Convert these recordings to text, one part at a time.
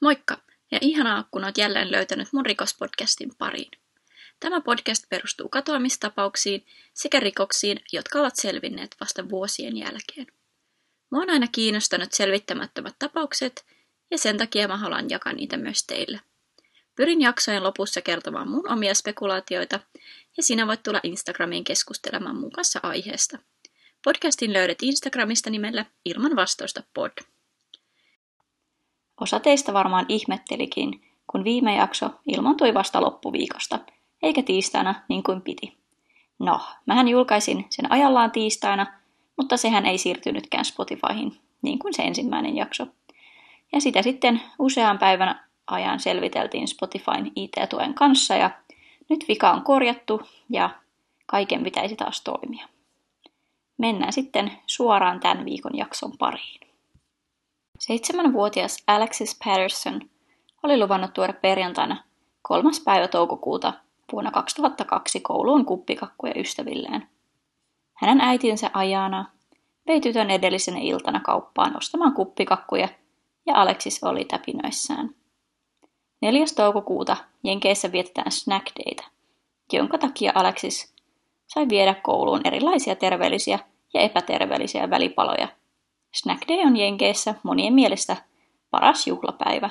Moikka ja ihanaa, kun olet jälleen löytänyt mun rikospodcastin pariin. Tämä podcast perustuu katoamistapauksiin sekä rikoksiin, jotka ovat selvinneet vasta vuosien jälkeen. Mua on aina kiinnostanut selvittämättömät tapaukset ja sen takia mä haluan jakaa niitä myös teille. Pyrin jaksojen lopussa kertomaan mun omia spekulaatioita ja sinä voit tulla Instagramiin keskustelemaan mun kanssa aiheesta. Podcastin löydät Instagramista nimellä Ilman vastausta pod. Osa teistä varmaan ihmettelikin, kun viime jakso ilmaantui vasta loppuviikosta, eikä tiistaina niin kuin piti. No, mähän julkaisin sen ajallaan tiistaina, mutta sehän ei siirtynytkään Spotifyhin, niin kuin se ensimmäinen jakso. Ja sitä sitten usean päivän ajan selviteltiin Spotifyn IT-tuen kanssa, ja nyt vika on korjattu, ja kaiken pitäisi taas toimia. Mennään sitten suoraan tämän viikon jakson pariin. 7-vuotias Alexis Patterson oli luvannut tuoda perjantaina 3. päivä toukokuuta vuonna 2002 kouluun kuppikakkuja ystävilleen. Hänen äitinsä Ayana vei tytön edellisenä iltana kauppaan ostamaan kuppikakkuja ja Alexis oli täpinöissään. 4. toukokuuta Jenkeissä vietetään Snack Dayta, jonka takia Alexis sai viedä kouluun erilaisia terveellisiä ja epäterveellisiä välipaloja. Snack Day on Jenkeissä monien mielestä paras juhlapäivä.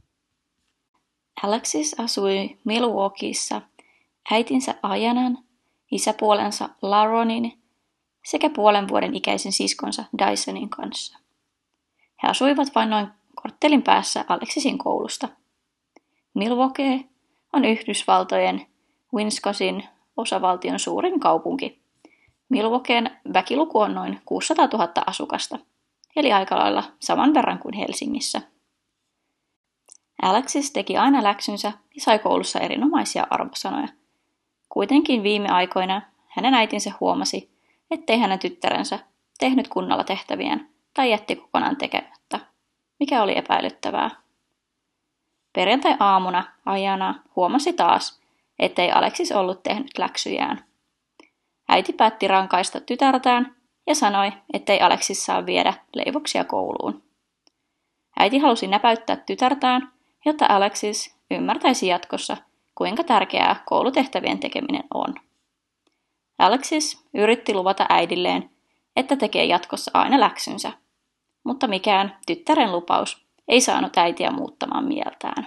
Alexis asui Milwaukeessa äitinsä Ayanan, isäpuolensa Laronin sekä puolen vuoden ikäisen siskonsa Dysonin kanssa. He asuivat vain noin korttelin päässä Alexisin koulusta. Milwaukee on Yhdysvaltojen Wisconsin osavaltion suurin kaupunki. Milwaukeen väkiluku on noin 600 000 asukasta, eli aika lailla saman verran kuin Helsingissä. Alexis teki aina läksynsä ja sai koulussa erinomaisia arvosanoja. Kuitenkin viime aikoina hänen äitinsä huomasi, ettei hänen tyttärensä tehnyt kunnolla tehtäviään tai jätti kokonaan tekemättä, mikä oli epäilyttävää. Perjantai-aamuna Ayana huomasi taas, ettei Alexis ollut tehnyt läksyjään. Äiti päätti rankaista tytärtään ja sanoi, ettei Alexis saa viedä leivoksia kouluun. Äiti halusi näpäyttää tytärtään, jotta Alexis ymmärtäisi jatkossa, kuinka tärkeää koulutehtävien tekeminen on. Alexis yritti luvata äidilleen, että tekee jatkossa aina läksynsä, mutta mikään tyttären lupaus ei saanut äitiä muuttamaan mieltään.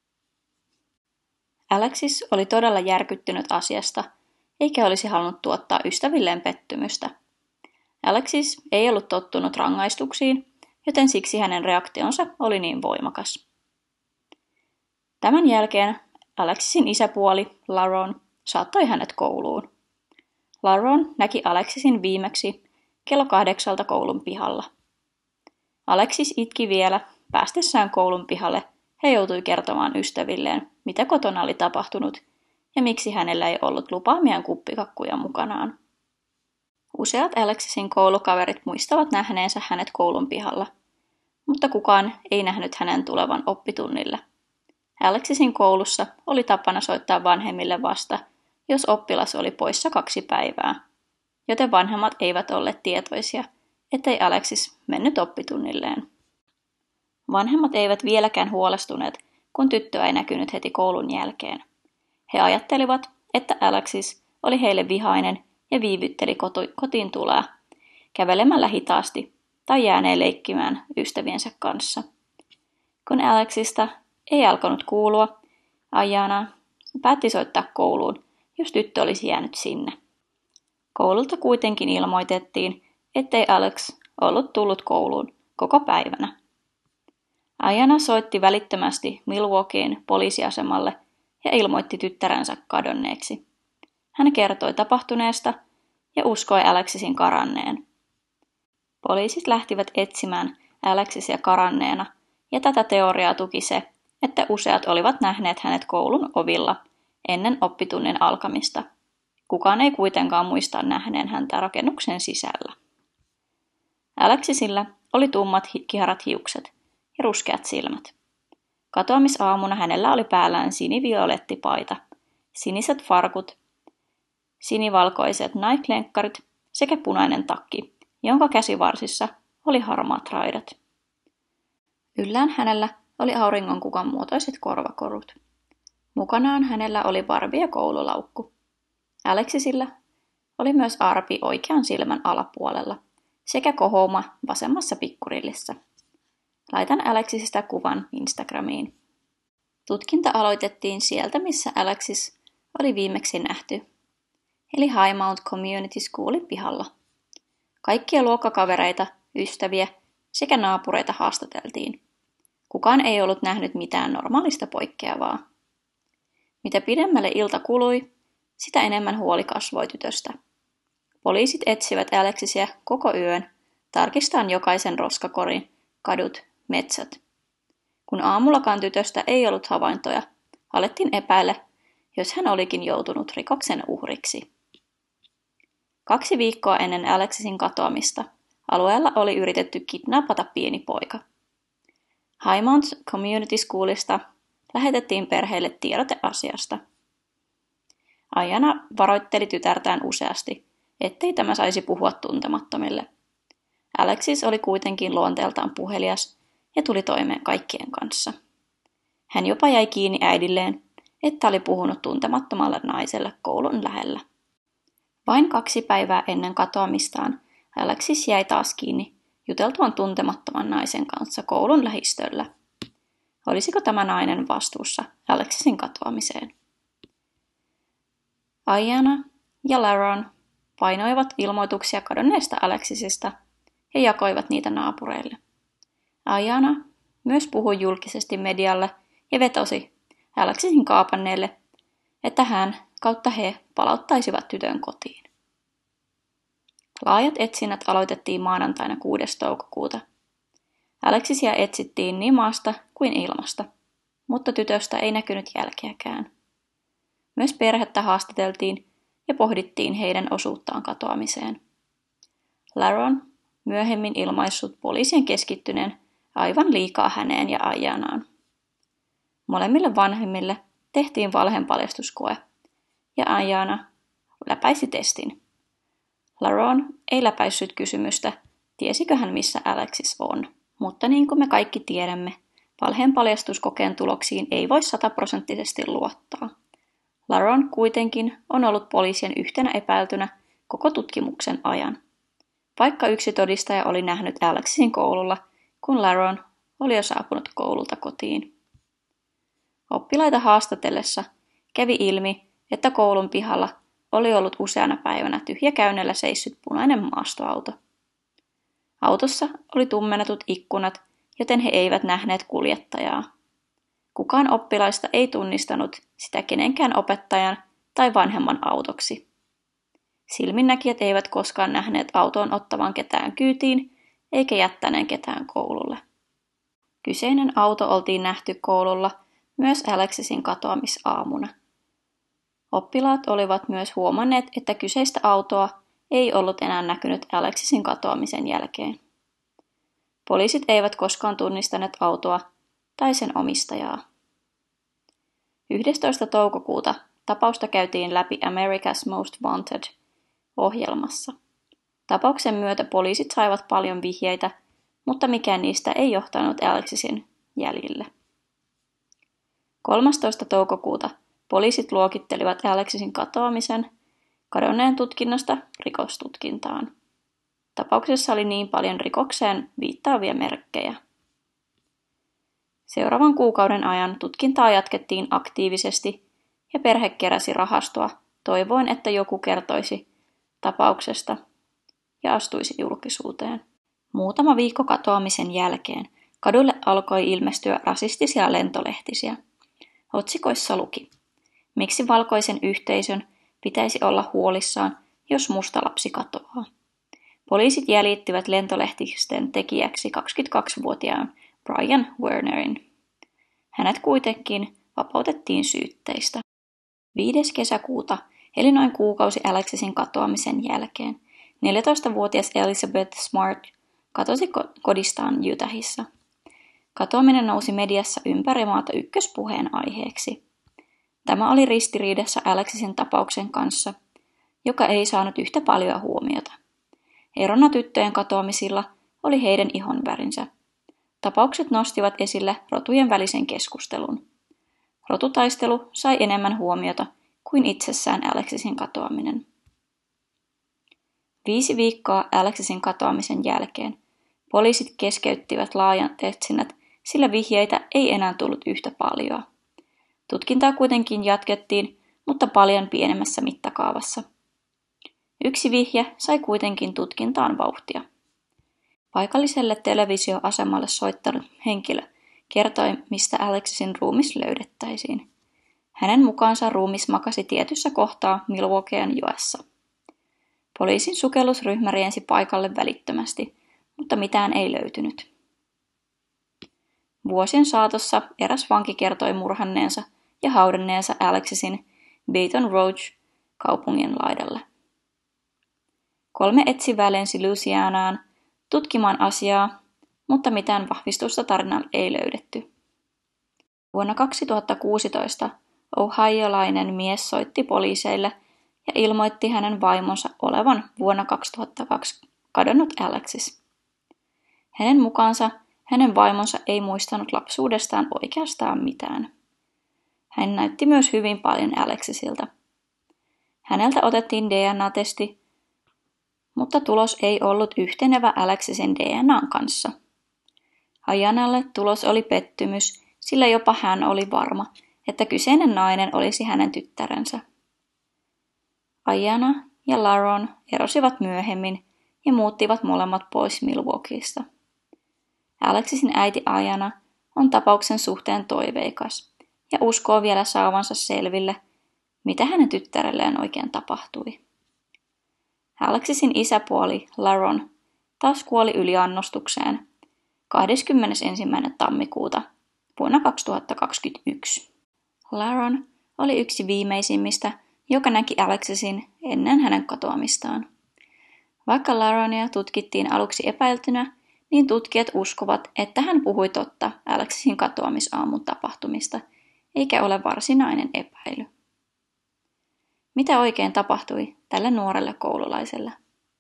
Alexis oli todella järkyttynyt asiasta, eikä olisi halunnut tuottaa ystävilleen pettymystä. Alexis ei ollut tottunut rangaistuksiin, joten siksi hänen reaktionsa oli niin voimakas. Tämän jälkeen Alexisin isäpuoli, Laron, saattoi hänet kouluun. Laron näki Alexisin viimeksi kello 8 koulun pihalla. Alexis itki vielä päästessään koulun pihalle. He joutui kertomaan ystävilleen, mitä kotona oli tapahtunut ja miksi hänellä ei ollut lupaamiaan kuppikakkuja mukanaan. Useat Alexisin koulukaverit muistavat nähneensä hänet koulun pihalla, mutta kukaan ei nähnyt hänen tulevan oppitunnille. Alexisin koulussa oli tapana soittaa vanhemmille vasta, jos oppilas oli poissa 2 päivää, joten vanhemmat eivät olleet tietoisia, ettei Alexis mennyt oppitunnilleen. Vanhemmat eivät vieläkään huolestuneet, kun tyttöä ei näkynyt heti koulun jälkeen. He ajattelivat, että Alexis oli heille vihainen ja viivytteli kotiin tuloa, kävelemällä hitaasti tai jääneen leikkimään ystäviensä kanssa. Kun Alexista ei alkanut kuulua, Ayana päätti soittaa kouluun, jos tyttö olisi jäänyt sinne. Koululta kuitenkin ilmoitettiin, ettei Alex ollut tullut kouluun koko päivänä. Ayana soitti välittömästi Milwaukeein poliisiasemalle ja ilmoitti tyttärensä kadonneeksi. Hän kertoi tapahtuneesta ja uskoi Alexisin karanneen. Poliisit lähtivät etsimään Alexisia karanneena, ja tätä teoriaa tuki se, että useat olivat nähneet hänet koulun ovilla ennen oppitunnin alkamista. Kukaan ei kuitenkaan muista nähneen häntä rakennuksen sisällä. Alexisillä oli tummat kiharat hiukset ja ruskeat silmät. Katoamisaamuna hänellä oli päällään sinivioletti paita, siniset farkut, sinivalkoiset Nike-lenkkarit sekä punainen takki, jonka käsivarsissa oli harmaat raidat. Yllään hänellä oli auringonkukan muotoiset korvakorut. Mukanaan hänellä oli Barbie ja koululaukku. Alexisillä oli myös arpi oikean silmän alapuolella sekä kohouma vasemmassa pikkurillissä. Laitan Alexisista kuvan Instagramiin. Tutkinta aloitettiin sieltä, missä Alexis oli viimeksi nähty, eli Highmount Community Schoolin pihalla. Kaikkia luokkakavereita, ystäviä sekä naapureita haastateltiin. Kukaan ei ollut nähnyt mitään normaalista poikkeavaa. Mitä pidemmälle ilta kului, sitä enemmän huoli kasvoi tytöstä. Poliisit etsivät Alexisia koko yön, tarkistaen jokaisen roskakorin, kadut, metsät. Kun aamullakaan tytöstä ei ollut havaintoja, alettiin epäillä, jos hän olikin joutunut rikoksen uhriksi. 2 viikkoa ennen Alexisin katoamista alueella oli yritetty kidnappata pieni poika. Highmount Community Schoolista lähetettiin perheelle tiedote asiasta. Ayana varoitteli tytärtään useasti, ettei tämä saisi puhua tuntemattomille. Alexis oli kuitenkin luonteeltaan puhelias ja tuli toimeen kaikkien kanssa. Hän jopa jäi kiinni äidilleen, että oli puhunut tuntemattomalle naiselle koulun lähellä. Vain 2 päivää ennen katoamistaan Alexis jäi taas kiinni juteltuaan tuntemattoman naisen kanssa koulun lähistöllä. Olisiko tämä nainen vastuussa Alexisin katoamiseen? Ayana ja Laron painoivat ilmoituksia kadonneesta Alexisista ja jakoivat niitä naapureille. Ayana myös puhui julkisesti medialle ja vetosi Alexisin kaapanneelle, että hän kautta he palauttaisivat tytön kotiin. Laajat etsinnät aloitettiin maanantaina 6. toukokuuta. Alexisia etsittiin niin maasta kuin ilmasta, mutta tytöstä ei näkynyt jälkeäkään. Myös perhettä haastateltiin ja pohdittiin heidän osuuttaan katoamiseen. Laron myöhemmin ilmaissut poliisien keskittyneen aivan liikaa häneen ja Ayanaan. Molemmille vanhemmille tehtiin valheenpaljastuskoe ja Ayana läpäisi testin. Laron ei läpäissyt kysymystä, tiesikö hän missä Alexis on, mutta niin kuin me kaikki tiedämme, valheenpaljastuskokeen tuloksiin ei voi 100% luottaa. Laron kuitenkin on ollut poliisien yhtenä epäiltynä koko tutkimuksen ajan, vaikka yksi todistaja oli nähnyt Alexisin koululla, kun Laron oli jo saapunut koululta kotiin. Oppilaita haastatellessa kävi ilmi, että koulun pihalla oli ollut useana päivänä tyhjäkäynnillä seissyt punainen maastoauto. Autossa oli tummennetut ikkunat, joten he eivät nähneet kuljettajaa. Kukaan oppilaista ei tunnistanut sitä kenenkään opettajan tai vanhemman autoksi. Silminnäkijät eivät koskaan nähneet autoon ottavan ketään kyytiin, eikä jättäneen ketään koululle. Kyseinen auto oltiin nähty koululla myös Alexisin katoamisaamuna. Oppilaat olivat myös huomanneet, että kyseistä autoa ei ollut enää näkynyt Alexisin katoamisen jälkeen. Poliisit eivät koskaan tunnistaneet autoa tai sen omistajaa. 11. toukokuuta tapausta käytiin läpi America's Most Wanted-ohjelmassa. Tapauksen myötä poliisit saivat paljon vihjeitä, mutta mikään niistä ei johtanut Alexisin jäljille. 13. toukokuuta poliisit luokittelivat Alexisin katoamisen kadonneen tutkinnasta rikostutkintaan. Tapauksessa oli niin paljon rikokseen viittaavia merkkejä. Seuraavan kuukauden ajan tutkintaa jatkettiin aktiivisesti ja perhe keräsi rahastoa toivoen, että joku kertoisi tapauksesta ja astuisi julkisuuteen. Muutama viikko katoamisen jälkeen kadulle alkoi ilmestyä rasistisia lentolehtisiä. Otsikoissa luki: miksi valkoisen yhteisön pitäisi olla huolissaan, jos musta lapsi katoaa? Poliisit jäljittivät lentolehtisten tekijäksi 22-vuotiaan Brian Wernerin. Hänet kuitenkin vapautettiin syytteistä. 5. kesäkuuta, eli noin kuukausi Alexisin katoamisen jälkeen, 14-vuotias Elizabeth Smart katosi kodistaan Utahissa. Katoaminen nousi mediassa ympäri maata ykköspuheen aiheeksi. Tämä oli ristiriidassa Alexisin tapauksen kanssa, joka ei saanut yhtä paljon huomiota. Erona tyttöjen katoamisilla oli heidän ihonvärinsä. Tapaukset nostivat esille rotujen välisen keskustelun. Rotutaistelu sai enemmän huomiota kuin itsessään Alexisin katoaminen. 5 viikkoa Alexisin katoamisen jälkeen poliisit keskeyttivät laajat etsinnät, sillä vihjeitä ei enää tullut yhtä paljon. Tutkintaa kuitenkin jatkettiin, mutta paljon pienemmässä mittakaavassa. Yksi vihje sai kuitenkin tutkintaan vauhtia. Paikalliselle televisioasemalle soittanut henkilö kertoi, mistä Alexisin ruumis löydettäisiin. Hänen mukaansa ruumis makasi tietyssä kohtaa Milwaukee'n joessa. Poliisin sukellusryhmä riensi paikalle välittömästi, mutta mitään ei löytynyt. Vuosien saatossa eräs vanki kertoi murhanneensa ja haudanneensa Alexisin Baton Rouge kaupungin laidalle. 3 etsivää lensi Louisianaan tutkimaan asiaa, mutta mitään vahvistusta tarinalle ei löydetty. Vuonna 2016 ohiolainen mies soitti poliiseille ja ilmoitti hänen vaimonsa olevan vuonna 2002 kadonnut Alexis. Hänen mukaansa hänen vaimonsa ei muistanut lapsuudestaan oikeastaan mitään. Hän näytti myös hyvin paljon Alexisilta. Häneltä otettiin DNA-testi, mutta tulos ei ollut yhtenevä Alexisin DNAn kanssa. Ayanalle tulos oli pettymys, sillä jopa hän oli varma, että kyseinen nainen olisi hänen tyttärensä. Ayana ja Laron erosivat myöhemmin ja muuttivat molemmat pois Milwaukeesta. Alexisin äiti Ayana on tapauksen suhteen toiveikas ja uskoo vielä saavansa selville, mitä hänen tyttärelleen oikein tapahtui. Alexisin isäpuoli Laron taas kuoli yliannostukseen 21. tammikuuta vuonna 2021. Laron oli yksi viimeisimmistä, joka näki Alexisin ennen hänen katoamistaan. Vaikka Laronia tutkittiin aluksi epäiltynä, niin tutkijat uskovat, että hän puhui totta Alexisin katoamisaamun tapahtumista, eikä ole varsinainen epäily. Mitä oikein tapahtui tälle nuorelle koululaiselle?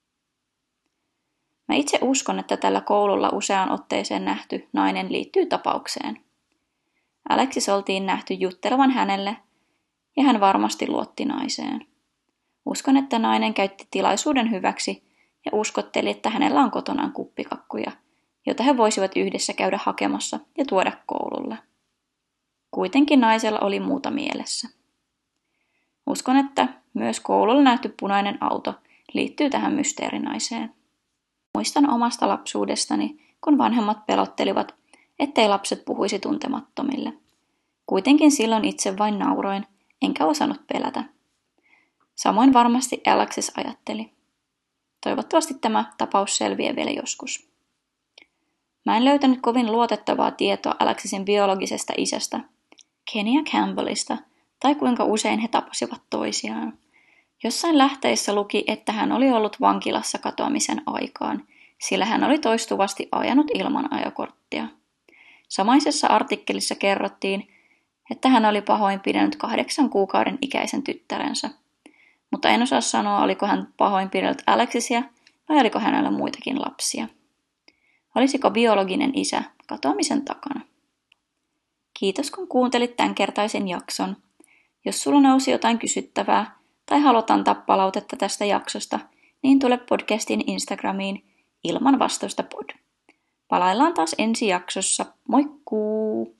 Mä itse uskon, että tällä koululla useaan otteeseen nähty nainen liittyy tapaukseen. Alexis oltiin nähty juttelevan hänelle, ja hän varmasti luotti naiseen. Uskon, että nainen käytti tilaisuuden hyväksi ja uskotteli, että hänellä on kotonaan kuppikakkuja, jota he voisivat yhdessä käydä hakemassa ja tuoda koululle. Kuitenkin naisella oli muuta mielessä. Uskon, että myös koululla nähty punainen auto liittyy tähän mysteerinaiseen. Muistan omasta lapsuudestani, kun vanhemmat pelottelivat, ettei lapset puhuisi tuntemattomille. Kuitenkin silloin itse vain nauroin, enkä osannut pelätä. Samoin varmasti Alexis ajatteli. Toivottavasti tämä tapaus selviää vielä joskus. Mä en löytänyt kovin luotettavaa tietoa Alexisin biologisesta isästä, Kenia Campbellista, tai kuinka usein he tapasivat toisiaan. Jossain lähteissä luki, että hän oli ollut vankilassa katoamisen aikaan, sillä hän oli toistuvasti ajanut ilman ajokorttia. Samaisessa artikkelissa kerrottiin, että hän oli pahoinpidellyt 8 kuukauden ikäisen tyttärensä. Mutta en osaa sanoa, oliko hän pahoinpidellyt Alexisia vai oliko hänellä muitakin lapsia. Olisiko biologinen isä katoamisen takana? Kiitos kun kuuntelit tämänkertaisen jakson. Jos sulla nousi jotain kysyttävää tai haluat antaa palautetta tästä jaksosta, niin tule podcastin Instagramiin ilman vastausta pod. Palaillaan taas ensi jaksossa. Moikkuu!